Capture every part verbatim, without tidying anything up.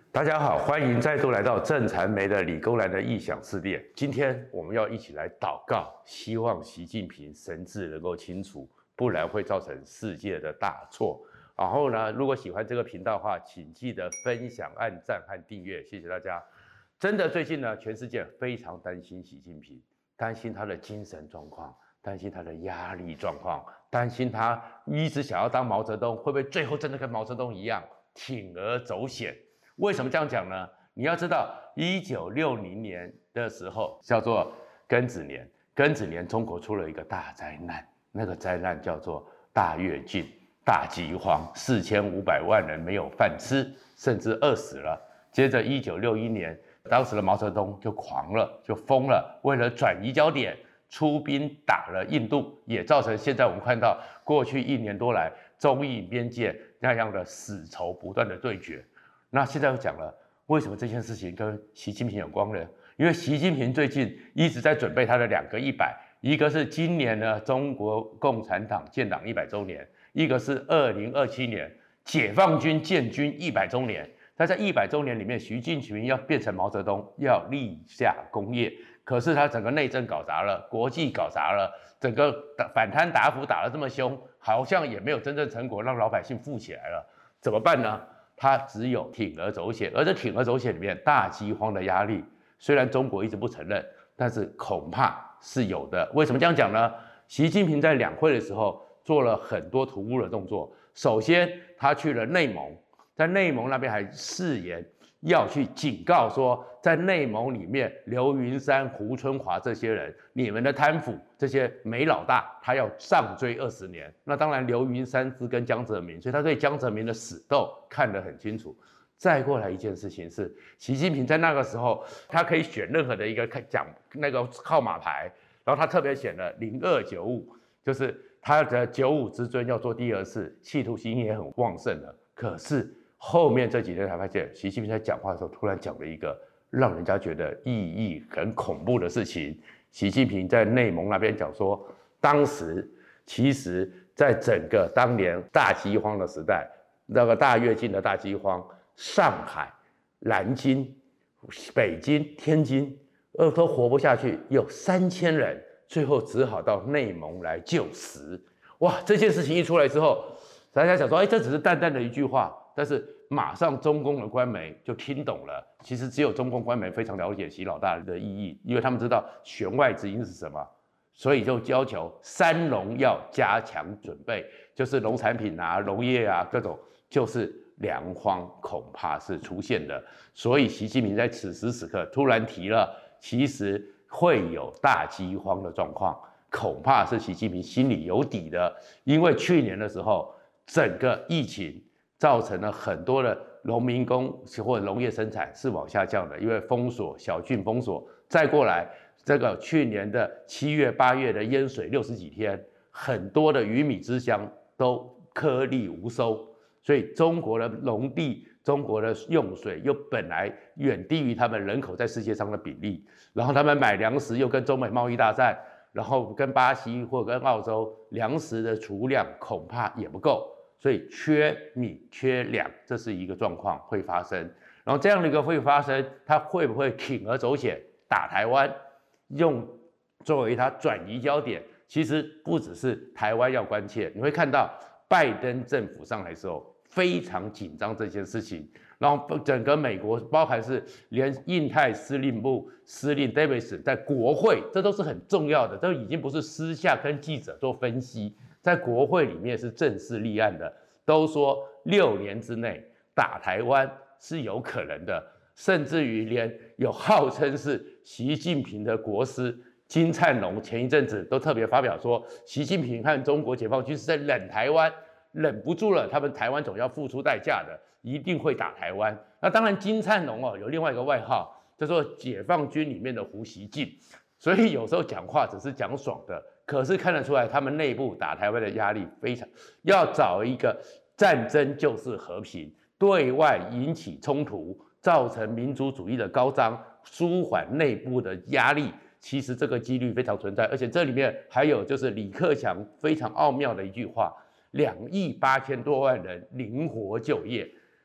大家好，欢迎再度来到郑传媒的理工男的异想世界。今天我们要一起来祷告，希望习近平神志能够清楚，不然会造成世界的大错。然后呢，如果喜欢这个频道的话，请记得分享、按赞和订阅，谢谢大家。真的，最近呢，全世界非常担心习近平，担心他的精神状况，担心他的压力状况，担心他一直想要当毛泽东，会不会最后真的跟毛泽东一样铤而走险？为什么这样讲呢？你要知道，一九六零年的时候叫做庚子年，庚子年中国出了一个大灾难，那个灾难叫做大跃进、大饥荒，四千五百万人没有饭吃，甚至饿死了。接着一九六一年，当时的毛泽东就狂了，就疯了，为了转移焦点，出兵打了印度，也造成现在我们看到过去一年多来中印边界那样的死仇不断的对决。那现在又讲了，为什么这件事情跟习近平有关呢？因为习近平最近一直在准备他的两个一百，一个是今年呢中国共产党建党一百周年，一个是二零二七年解放军建军一百周年。他在一百周年里面，习近平要变成毛泽东，要立下功业。可是他整个内政搞砸了，国际搞砸了，整个反贪打腐打得这么凶，好像也没有真正成果让老百姓富起来了，怎么办呢？他只有铤而走险，而这铤而走险里面，大饥荒的压力，虽然中国一直不承认，但是恐怕是有的。为什么这样讲呢？习近平在两会的时候做了很多突兀的动作。首先，他去了内蒙，在内蒙那边还誓言要去警告说，在内蒙里面，刘云山、胡春华这些人，你们的贪腐，这些煤老大，他要上追二十年。那当然，刘云山是跟江泽民，所以他对江泽民的死斗看得很清楚。再过来一件事情是，习近平在那个时候，他可以选任何的一个奖那个号码牌，然后他特别选了零二九五，就是他的九五之尊要做第二次，企图心也很旺盛了。可是后面这几天才发现，习近平在讲话的时候突然讲了一个让人家觉得意义很恐怖的事情。习近平在内蒙那边讲说，当时其实在整个当年大饥荒的时代，那个大跃进的大饥荒，上海、南京、北京、天津，呃，都活不下去，有三千人，最后只好到内蒙来救食。哇，这件事情一出来之后，大家想说，哎，这只是淡淡的一句话。但是马上中共的官媒就听懂了，其实只有中共官媒非常了解习老大的意义，因为他们知道弦外之音是什么，所以就要求三农要加强准备，就是农产品啊、农业啊各种，就是粮荒恐怕是出现的。所以习近平在此时此刻突然提了，其实会有大饥荒的状况，恐怕是习近平心里有底的，因为去年的时候整个疫情造成了很多的农民工或者农业生产是往下降的，因为封锁、小郡封锁，再过来这个去年的七月、八月的淹水六十几天，很多的鱼米之乡都颗粒无收，所以中国的农地、中国的用水又本来远低于他们人口在世界上的比例，然后他们买粮食又跟中美贸易大战，然后跟巴西或跟澳洲粮食的储量恐怕也不够。所以缺米缺粮，这是一个状况会发生。然后这样的一个会发生，他会不会铤而走险打台湾，用作为他转移焦点？其实不只是台湾要关切，你会看到拜登政府上来的时候非常紧张这件事情，然后整个美国，包含是连印太司令部司令 Davis 在国会，这都是很重要的，这已经不是私下跟记者做分析。在国会里面是正式立案的，都说六年之内打台湾是有可能的，甚至于连有号称是习近平的国师金灿荣前一阵子都特别发表说，习近平和中国解放军是在忍台湾，忍不住了，他们台湾总要付出代价的，一定会打台湾。那当然，金灿荣哦有另外一个外号，叫做解放军里面的胡锡进，所以有时候讲话只是讲爽的。可是看得出来，他们内部打台湾的压力非常，要找一个战争就是和平，对外引起冲突，造成民族主义的高涨，舒缓内部的压力。其实这个几率非常存在，而且这里面还有就是李克强非常奥妙的一句话：两亿八千多万人灵活就业，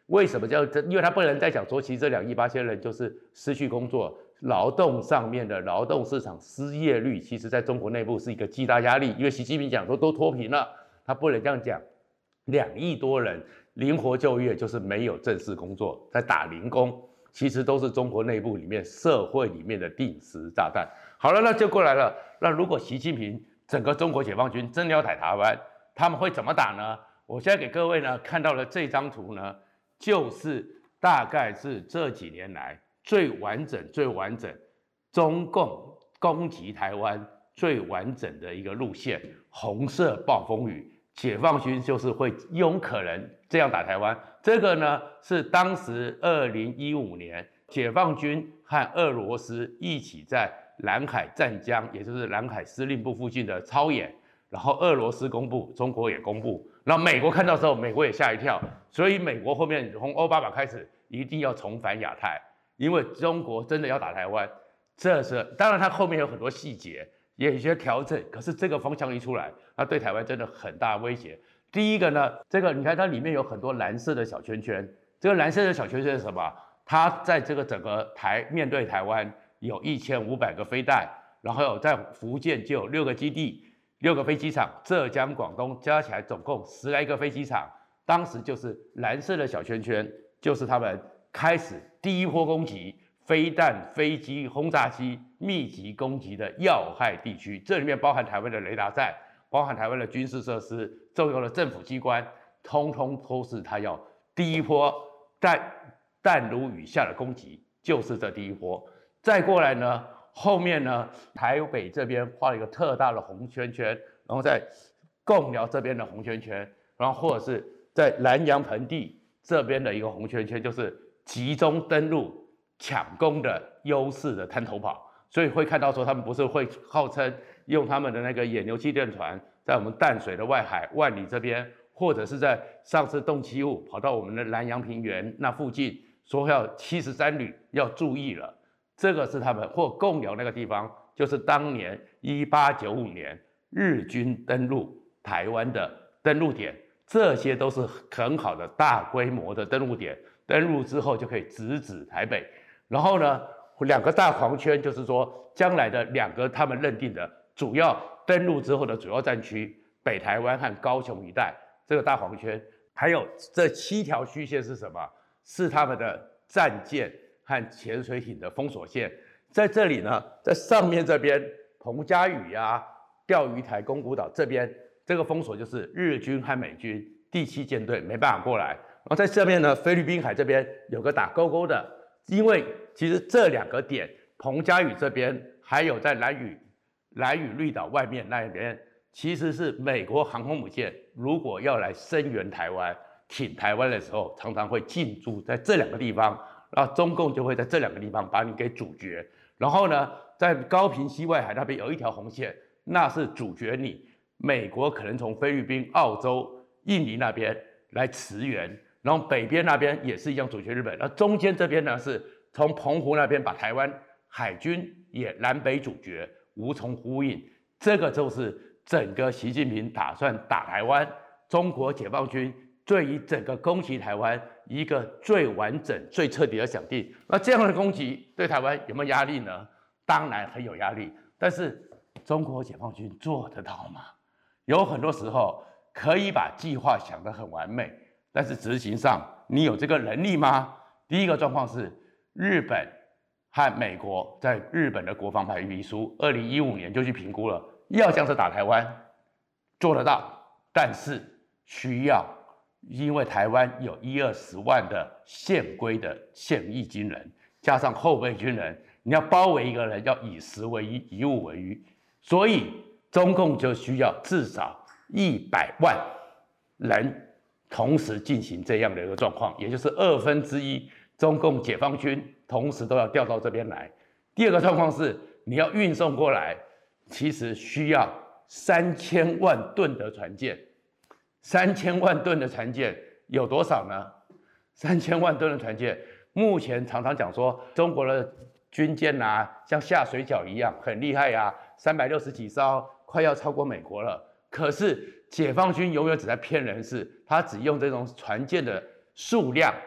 为什么叫？因为他不能再讲说，其实这两亿八千人就是失去工作，劳动上面的劳动市场失业率，其实在中国内部是一个巨大压力。因为习近平讲说都脱贫了，他不能这样讲。两亿多人灵活就业，就是没有正式工作，在打零工，其实都是中国内部里面社会里面的定时炸弹。好了，那就过来了。那如果习近平整个中国解放军真的要打台湾，他们会怎么打呢？我现在给各位呢看到了这张图呢，就是大概是这几年来最完整、最完整中共攻击台湾最完整的一个路线。红色暴风雨，解放军就是会有可能这样打台湾。这个呢是当时二零一五年解放军和俄罗斯一起在南海湛江，也就是南海司令部附近的操演，然后俄罗斯公布，中国也公布，然后美国看到之后，美国也吓一跳，所以美国后面从奥巴马开始一定要重返亚太，因为中国真的要打台湾。这是当然，它后面有很多细节，也有一些调整，可是这个方向一出来，它对台湾真的很大威胁。第一个呢，这个你看它里面有很多蓝色的小圈圈，这个蓝色的小圈圈是什么？它在这个整个台面对台湾有一千五百个飞弹，然后有在福建就有六个基地、六个飞机场，浙江、广东加起来总共十来个飞机场。当时就是蓝色的小圈圈，就是他们开始第一波攻击飞弹、飞机、轰炸机密集攻击的要害地区，这里面包含台湾的雷达站，包含台湾的军事设施、重要的政府机关，通通都是他要第一波弹弹如雨下的攻击，就是这第一波。再过来呢，后面呢，台北这边画了一个特大的红圈圈，然后在贡寮这边的红圈圈，然后或者是在南洋盆地这边的一个红圈圈，就是集中登陆抢攻的优势的滩头堡。所以会看到说，他们不是会号称用他们的那个野牛气垫船，在我们淡水的外海万里这边，或者是在上次动七五跑到我们的南洋平原那附近，说要七十三旅要注意了。这个是他们或贡寮那个地方，就是当年一八九五年日军登陆台湾的登陆点，这些都是很好的大规模的登陆点。登陆之后就可以直指台北，然后呢，两个大黄圈就是说将来的两个他们认定的主要登陆之后的主要战区，北台湾和高雄一带，这个大黄圈，还有这七条虚线是什么？是他们的战舰和潜水艇的封锁线。在这里呢，在上面这边彭佳屿啊、钓鱼台、宫古岛这边，这个封锁就是日军和美军第七舰队没办法过来。然后在这边呢，菲律宾海这边有个打勾勾的，因为其实这两个点，彭佳屿这边还有在兰屿、兰屿绿岛外面那边，其实是美国航空母舰如果要来声援台湾、挺台湾的时候，常常会进驻在这两个地方。然后中共就会在这两个地方把你给阻绝，然后呢，在高屏西外海那边有一条红线，那是阻绝你。美国可能从菲律宾、澳洲、印尼那边来驰援，然后北边那边也是一样阻绝日本，那中间这边呢是从澎湖那边把台湾海军也南北阻绝，无从呼应。这个就是整个习近平打算打台湾，中国解放军对于整个攻击台湾一个最完整、最彻底的想定。那这样的攻击对台湾有没有压力呢？当然很有压力。但是中国解放军做得到吗？有很多时候可以把计划想得很完美，但是执行上你有这个能力吗？第一个状况是日本和美国在日本的国防白皮书二零一五年就去评估了，要这样子打台湾做得到，但是需要。因为台湾有一二十万的现规的现役军人，加上后备军人，你要包围一个人，要以实为一，以物为鱼，所以中共就需要至少一百万人同时进行这样的一个状况，也就是二分之一中共解放军同时都要调到这边来。第二个状况是，你要运送过来，其实需要三千万吨的船舰。三千万吨的船舰有多少呢？三千万吨的船舰，目前常常讲说中国的军舰啊，像下水饺一样很厉害啊，三百六十几艘，快要超过美国了。可是解放军永远只在骗人，是他只用这种船舰的数量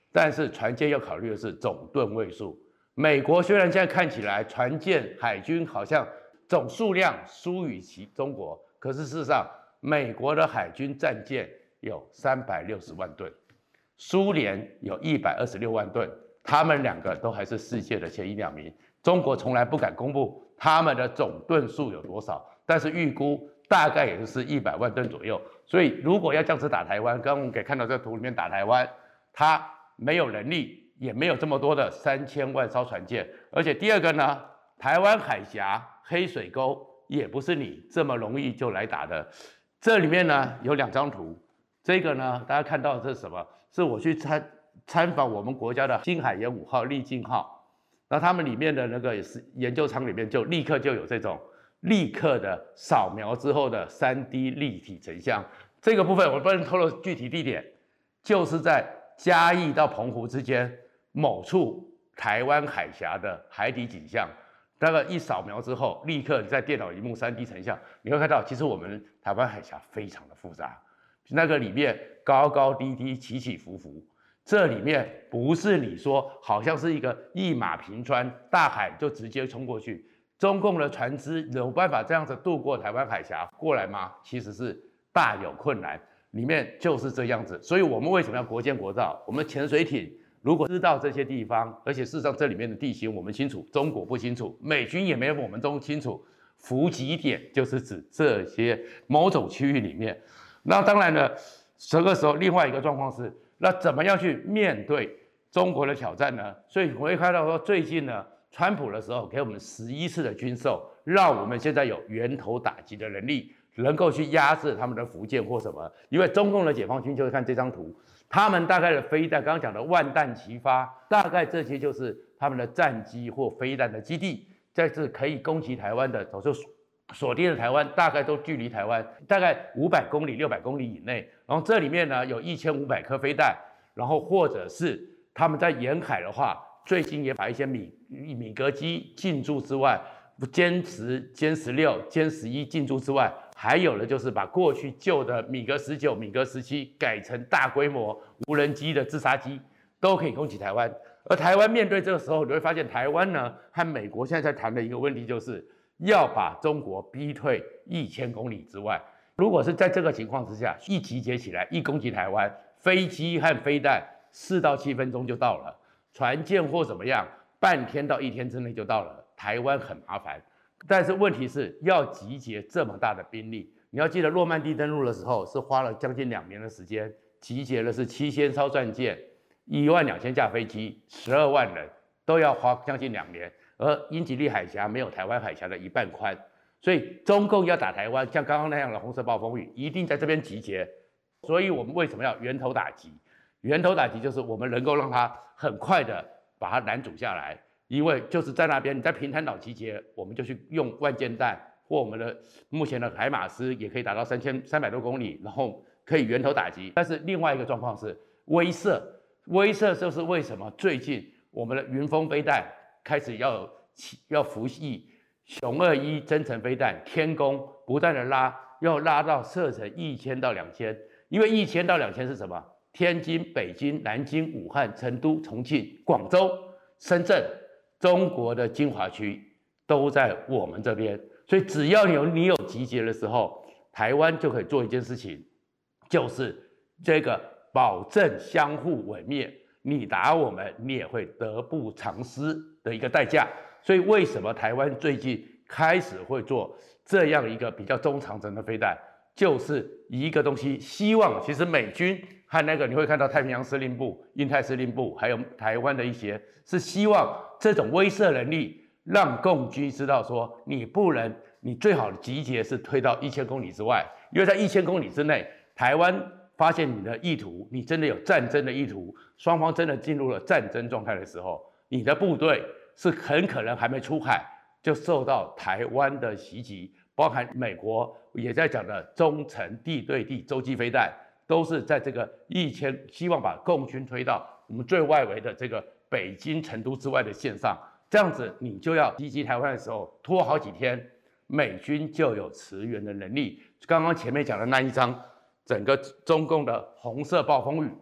但是船舰要考虑的是总吨位数。美国虽然现在看起来船舰海军好像总数量输于其中国，可是事实上，美国的海军战舰有三百六十万吨，苏联有一百二十六万吨，他们两个都还是世界的前一两名。中国从来不敢公布他们的总吨数有多少，但是预估大概也就是一百万吨左右。所以如果要这样子打台湾，刚刚我们可以看到这个图里面打台湾，它没有能力，也没有这么多的三千万艘船舰，而且第二个呢，台湾海峡黑水沟也不是你这么容易就来打的。这里面呢有两张图，这个呢大家看到这是什么？是我去参参访我们国家的新海研五号、力进号。那他们里面的那个也是研究舱里面就立刻就有这种立刻的扫描之后的 三 D 立体成像。这个部分我不能透露具体地点，就是在嘉义到澎湖之间某处台湾海峡的海底景象。那个一扫描之后，立刻在电脑萤幕 三 D 成像，你会看到其实我们台湾海峡非常的复杂，那个里面高高低低、起起伏伏。这里面不是你说好像是一个一马平川，大海就直接冲过去。中共的船只有办法这样子渡过台湾海峡过来吗？其实是大有困难，里面就是这样子。所以我们为什么要国建国造？我们潜水艇如果知道这些地方，而且事实上这里面的地形我们清楚，中国不清楚，美军也没有我们中清楚。伏击点就是指这些某种区域里面。那当然了，这个时候另外一个状况是。那怎么样去面对中国的挑战呢？所以我会看到说，最近呢，川普的时候给我们十一次的军售，让我们现在有源头打击的能力，能够去压制他们的福建或什么。因为中共的解放军就是看这张图，他们大概的飞弹，刚刚讲的万弹齐发，大概这些就是他们的战机或飞弹的基地，在这可以攻击台湾的，早就锁定了台湾，大概都距离台湾大概五百公里、六百公里以内。然后这里面呢有一千五百颗飞弹，然后或者是他们在沿海的话，最近也把一些米米格机进驻之外，歼十、歼十六、歼十一进驻之外，还有的就是把过去旧的米格十九、米格十七改成大规模无人机的自杀机，都可以攻击台湾。而台湾面对这个时候，你会发现台湾呢和美国现在在谈的一个问题就是。要把中国逼退一千公里之外。如果是在这个情况之下，一集结起来，一攻击台湾，飞机和飞弹四到七分钟就到了，船舰或怎么样，半天到一天之内就到了。台湾很麻烦，但是问题是要集结这么大的兵力，你要记得诺曼底登陆的时候是花了将近两年的时间，集结的是七千艘战舰，一万两千架飞机，十二万人，都要花将近两年。而英吉利海峡没有台湾海峡的一半宽，所以中共要打台湾，像刚刚那样的红色暴风雨，一定在这边集结。所以我们为什么要源头打击？源头打击就是我们能够让它很快的把它拦阻下来，因为就是在那边，你在平潭岛集结，我们就去用万箭弹或我们的目前的海马斯也可以达到三千三百多公里，然后可以源头打击。但是另外一个状况是威慑，威慑就是为什么最近我们的云峰飞弹。开始要要服役雄二一增程飞弹，天宫不断的拉，要拉到射程一千到两千，因为一千到两千是什么？天津、北京、南京、武汉、成都、重庆、广州、深圳，中国的精华区都在我们这边，所以只要你有你有集结的时候，台湾就可以做一件事情，就是这个保证相互毁灭。你打我们，你也会得不偿失的一个代价。所以为什么台湾最近开始会做这样一个比较中长程的飞弹，就是一个东西，希望其实美军和那个你会看到太平洋司令部、印太司令部，还有台湾的一些，是希望这种威慑能力，让共军知道说，你不能，你最好的集结是推到一千公里之外，因为在一千公里之内，台湾。发现你的意图，你真的有战争的意图，双方真的进入了战争状态的时候，你的部队是很可能还没出海就受到台湾的袭击，包含美国也在讲的中程地对地洲际飞弹，都是在这个一千，希望把共军推到我们最外围的这个北京、成都之外的线上，这样子你就要袭击台湾的时候拖好几天，美军就有驰援的能力。刚刚前面讲的那一张。整个中共的红色暴风雨，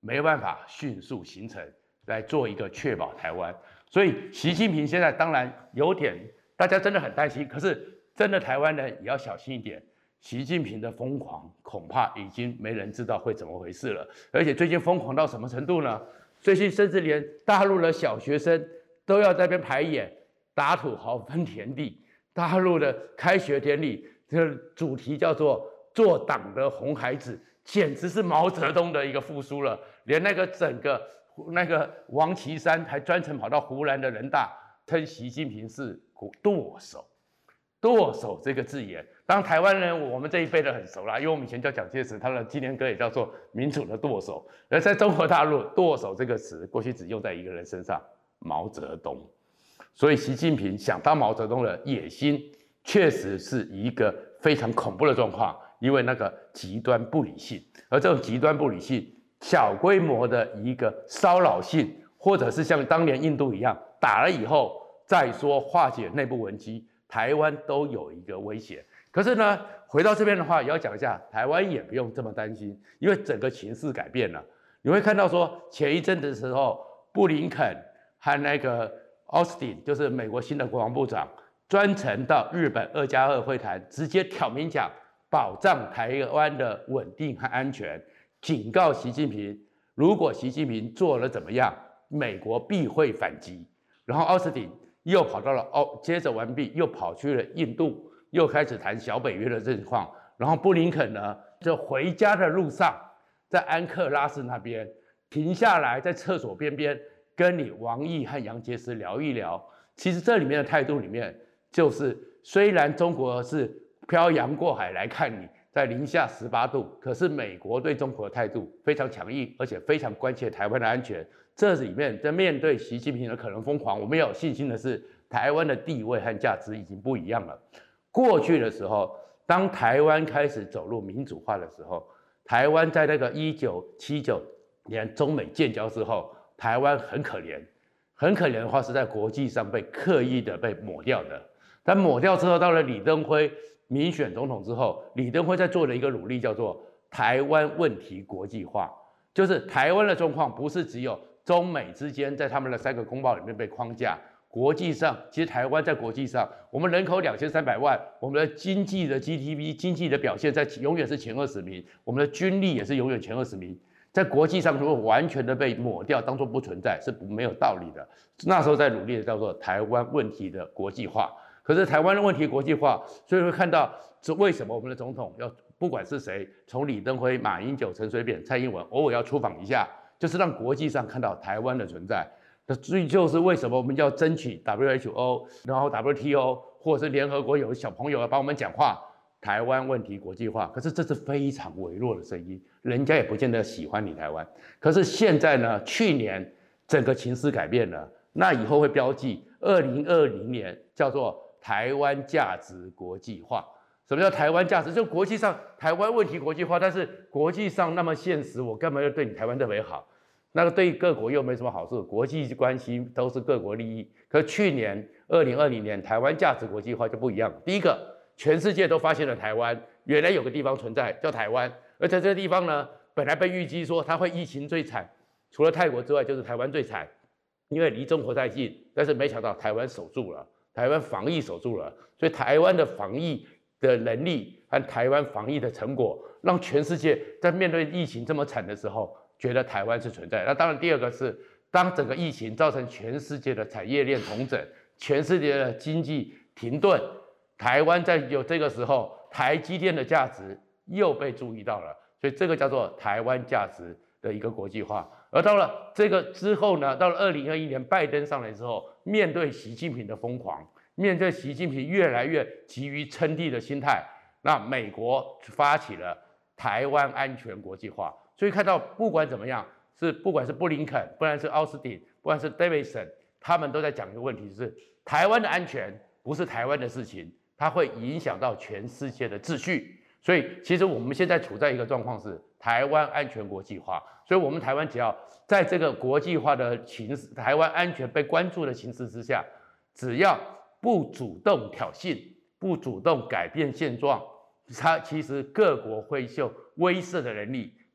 没有办法迅速形成来做一个确保台湾。所以习近平现在当然有点，大家真的很担心，可是真的台湾人也要小心一点。习近平的疯狂恐怕已经没人知道会怎么回事了，而且最近疯狂到什么程度呢？最近甚至连大陆的小学生都要在那边排演打土豪分田地，大陆的开学典礼这个主题叫做做党的红孩子，简直是毛泽东的一个复苏了。连那个整个那个王岐山还专程跑到湖南的人大称习近平是舵手。舵手这个字眼，当然台湾人我们这一辈的很熟啦，因为我们以前叫蒋介石，他的纪念歌也叫做民主的舵手。而在中国大陆，舵手这个词过去只用在一个人身上，毛泽东。所以习近平想当毛泽东的野心，确实是一个非常恐怖的状况，因为那个极端不理性，而这种极端不理性、小规模的一个骚扰性，或者是像当年印度一样打了以后再说化解内部危机。台湾都有一个威胁，可是呢，回到这边的话，也要讲一下，台湾也不用这么担心，因为整个情势改变了。你会看到说，前一阵子的时候，布林肯和那个奥斯汀，就是美国新的国防部长，专程到日本二加二会谈，直接挑明讲，保障台湾的稳定和安全，警告习近平，如果习近平做了怎么样，美国必会反击。然后奥斯汀又跑到了哦，接着完毕，又跑去了印度，又开始谈小北约的情况。然后布林肯呢，就回家的路上，在安克拉斯那边停下来，在厕所边边跟你王毅和杨洁篪聊一聊。其实这里面的态度里面，就是虽然中国是漂洋过海来看你，在零下十八度，可是美国对中国的态度非常强硬，而且非常关切台湾的安全。这里面在面对习近平的可能疯狂，我们要有信心的是，台湾的地位和价值已经不一样了。过去的时候，当台湾开始走入民主化的时候，台湾在那个一九七九年中美建交之后，台湾很可怜，很可怜的话是在国际上被刻意的被抹掉的。但抹掉之后，到了李登辉民选总统之后，李登辉在做了一个努力，叫做台湾问题国际化，就是台湾的状况不是只有中美之间在他们的三个公报里面被框架，国际上其实台湾在国际上，我们人口两千三百万，我们的经济的 G D P 经济的表现在永远是前二十名，我们的军力也是永远前二十名，在国际上如果完全的被抹掉，当作不存在是没有道理的。那时候在努力的叫做台湾问题的国际化，可是台湾的问题国际化，所以会看到是为什么我们的总统要不管是谁，从李登辉、马英九、陈水扁、蔡英文，偶尔要出访一下。就是让国际上看到台湾的存在，这就是为什么我们要争取 W H O， 然后 W T O 或者是联合国有小朋友要帮我们讲话，台湾问题国际化。可是这是非常微弱的声音，人家也不见得喜欢你台湾。可是现在呢，去年整个情势改变了，那以后会标记二零二零年叫做台湾价值国际化。什么叫台湾价值？就国际上台湾问题国际化，但是国际上那么现实，我干嘛要对你台湾特别好？那个对各国又没什么好处，国际关系都是各国利益。可去年二零二零年台湾价值国际化就不一样。第一个，全世界都发现了台湾原来有个地方存在叫台湾，而在这个地方呢，本来被预计说它会疫情最惨，除了泰国之外就是台湾最惨，因为离中国太近。但是没想到台湾守住了，台湾防疫守住了，所以台湾的防疫的能力和台湾防疫的成果，让全世界在面对疫情这么惨的时候，觉得台湾是存在。那当然，第二个是当整个疫情造成全世界的产业链重整，全世界的经济停顿，台湾在有这个时候，台积电的价值又被注意到了，所以这个叫做台湾价值的一个国际化。而到了这个之后呢，到了二零二一年拜登上来之后，面对习近平的疯狂。面对习近平越来越急于称帝的心态，那美国发起了台湾安全国际化。所以看到不管怎么样，是不管是布林肯，不管是奥斯汀，不管是 Davidson， 他们都在讲一个问题，就是台湾的安全不是台湾的事情，它会影响到全世界的秩序。所以其实我们现在处在一个状况是台湾安全国际化，所以我们台湾只要在这个国际化的情势，台湾安全被关注的情势之下，只要不主动挑衅，不主动改变现状，它其实各国会秀威慑的能力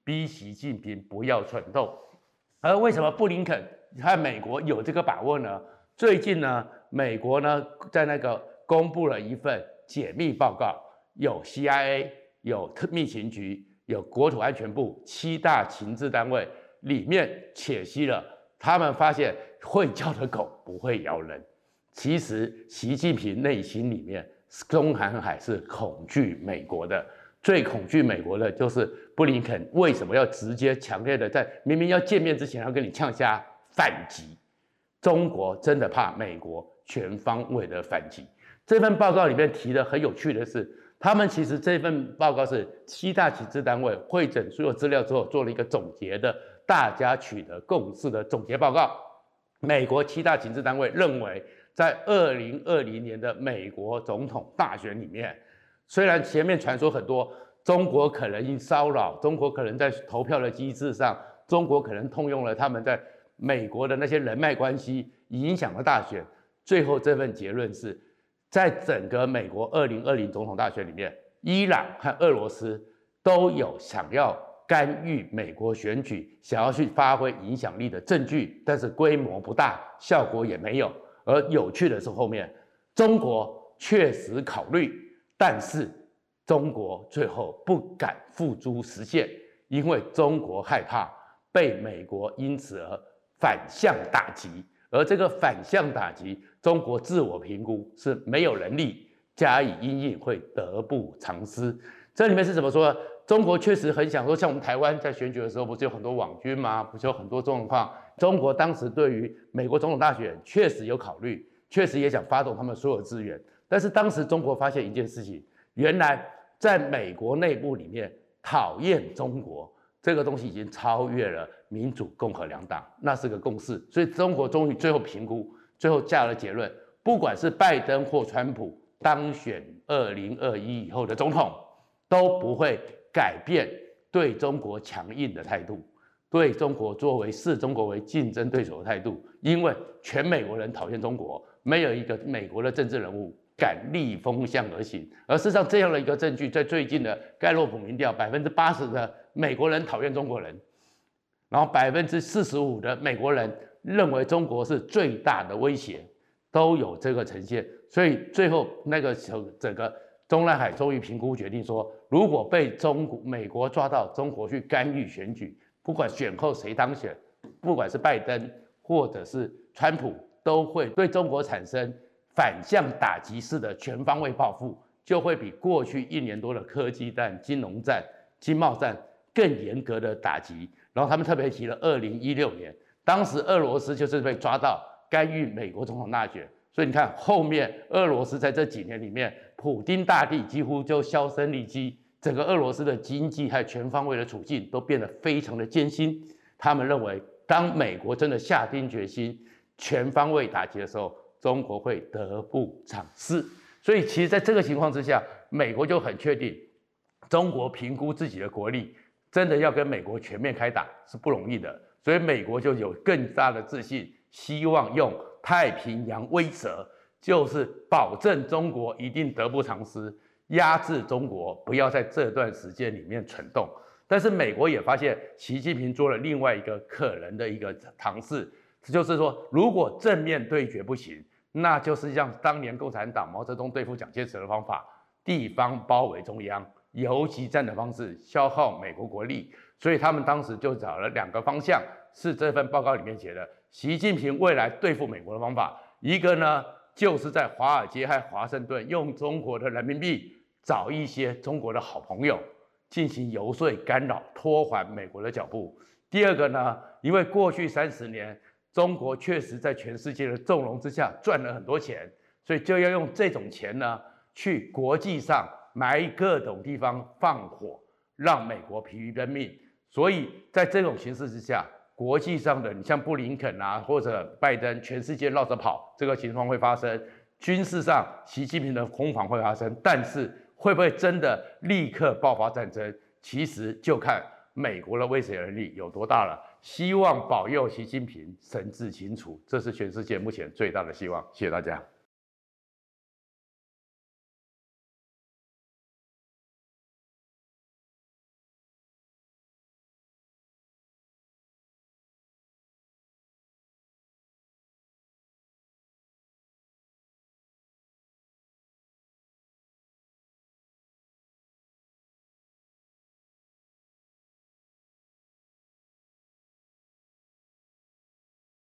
逼习近平不要蠢动。而为什么布林肯和美国有这个把握呢？最近呢，美国呢在那个公布了一份解密报告，有 C I A、有特密情局、有国土安全部七大情治单位里面解析了，他们发现会叫的狗不会咬人。其实习近平内心里面，中南海是恐惧美国的。最恐惧美国的就是布林肯为什么要直接强烈的在明明要见面之前要跟你呛下反击？中国真的怕美国全方位的反击。这份报告里面提的很有趣的是，他们其实这份报告是七大情治单位汇整所有资料之后做了一个总结的，大家取得共识的总结报告。美国七大情治单位认为，在二零二零年的美国总统大选里面，虽然前面传说很多，中国可能骚扰，中国可能在投票的机制上，中国可能通用了他们在美国的那些人脉关系，影响了大选。最后这份结论是，在整个美国二零二零总统大选里面，伊朗和俄罗斯都有想要干预美国选举，想要去发挥影响力的证据，但是规模不大，效果也没有。而有趣的是后面，中国确实考虑。但是中国最后不敢付诸实现，因为中国害怕被美国因此而反向打击，而这个反向打击，中国自我评估是没有能力加以因应，会得不偿失。这里面是怎么说呢？中国确实很想说，像我们台湾在选举的时候，不是有很多网军吗？不是有很多状况？中国当时对于美国总统大选确实有考虑，确实也想发动他们所有资源。但是当时中国发现一件事情，原来在美国内部里面讨厌中国这个东西已经超越了民主共和两党，那是个共识。所以中国终于最后评估，最后下了结论，不管是拜登或川普当选二零二一以后的总统，都不会改变对中国强硬的态度，对中国作为视中国为竞争对手的态度，因为全美国人讨厌中国，没有一个美国的政治人物敢逆风向而行。而事实上，这样的一个证据，在最近的盖洛普民调，百分之八十的美国人讨厌中国人，然后百分之四十五的美国人认为中国是最大的威胁，都有这个呈现。所以最后那个时候，整个中南海终于评估决定说，如果被中国美国抓到中国去干预选举，不管选后谁当选，不管是拜登或者是川普，都会对中国产生反向打击式的全方位报复，就会比过去一年多的科技战、金融战、经贸战更严格的打击。然后他们特别提了二零一六年，当时俄罗斯就是被抓到干预美国总统大选，所以你看后面俄罗斯在这几年里面，普丁大帝几乎就销声匿迹，整个俄罗斯的经济还有全方位的处境都变得非常的艰辛。他们认为，当美国真的下定决心全方位打击的时候，中国会得不偿失。所以其实在这个情况之下，美国就很确定，中国评估自己的国力，真的要跟美国全面开打是不容易的。所以美国就有更大的自信，希望用太平洋威慑，就是保证中国一定得不偿失，压制中国不要在这段时间里面蠢动。但是美国也发现，习近平做了另外一个可能的一个尝试，就是说，如果正面对决不行，那就是像当年共产党毛泽东对付蒋介石的方法，地方包围中央，游击战的方式消耗美国国力。所以他们当时就找了两个方向，是这份报告里面写的，习近平未来对付美国的方法。一个呢，就是在华尔街和华盛顿用中国的人民币找一些中国的好朋友，进行游说、干扰、拖缓美国的脚步。第二个呢，因为过去三十年，中国确实在全世界的纵容之下赚了很多钱，所以就要用这种钱呢，去国际上埋各种地方放火，让美国疲于奔命。所以在这种形势之下，国际上的你像布林肯啊，或者拜登，全世界绕着跑，这个情况会发生。军事上，习近平的攻防会发生，但是会不会真的立刻爆发战争，其实就看美国的威慑能力有多大了。希望保佑习近平神志清楚，这是全世界目前最大的希望。谢谢大家。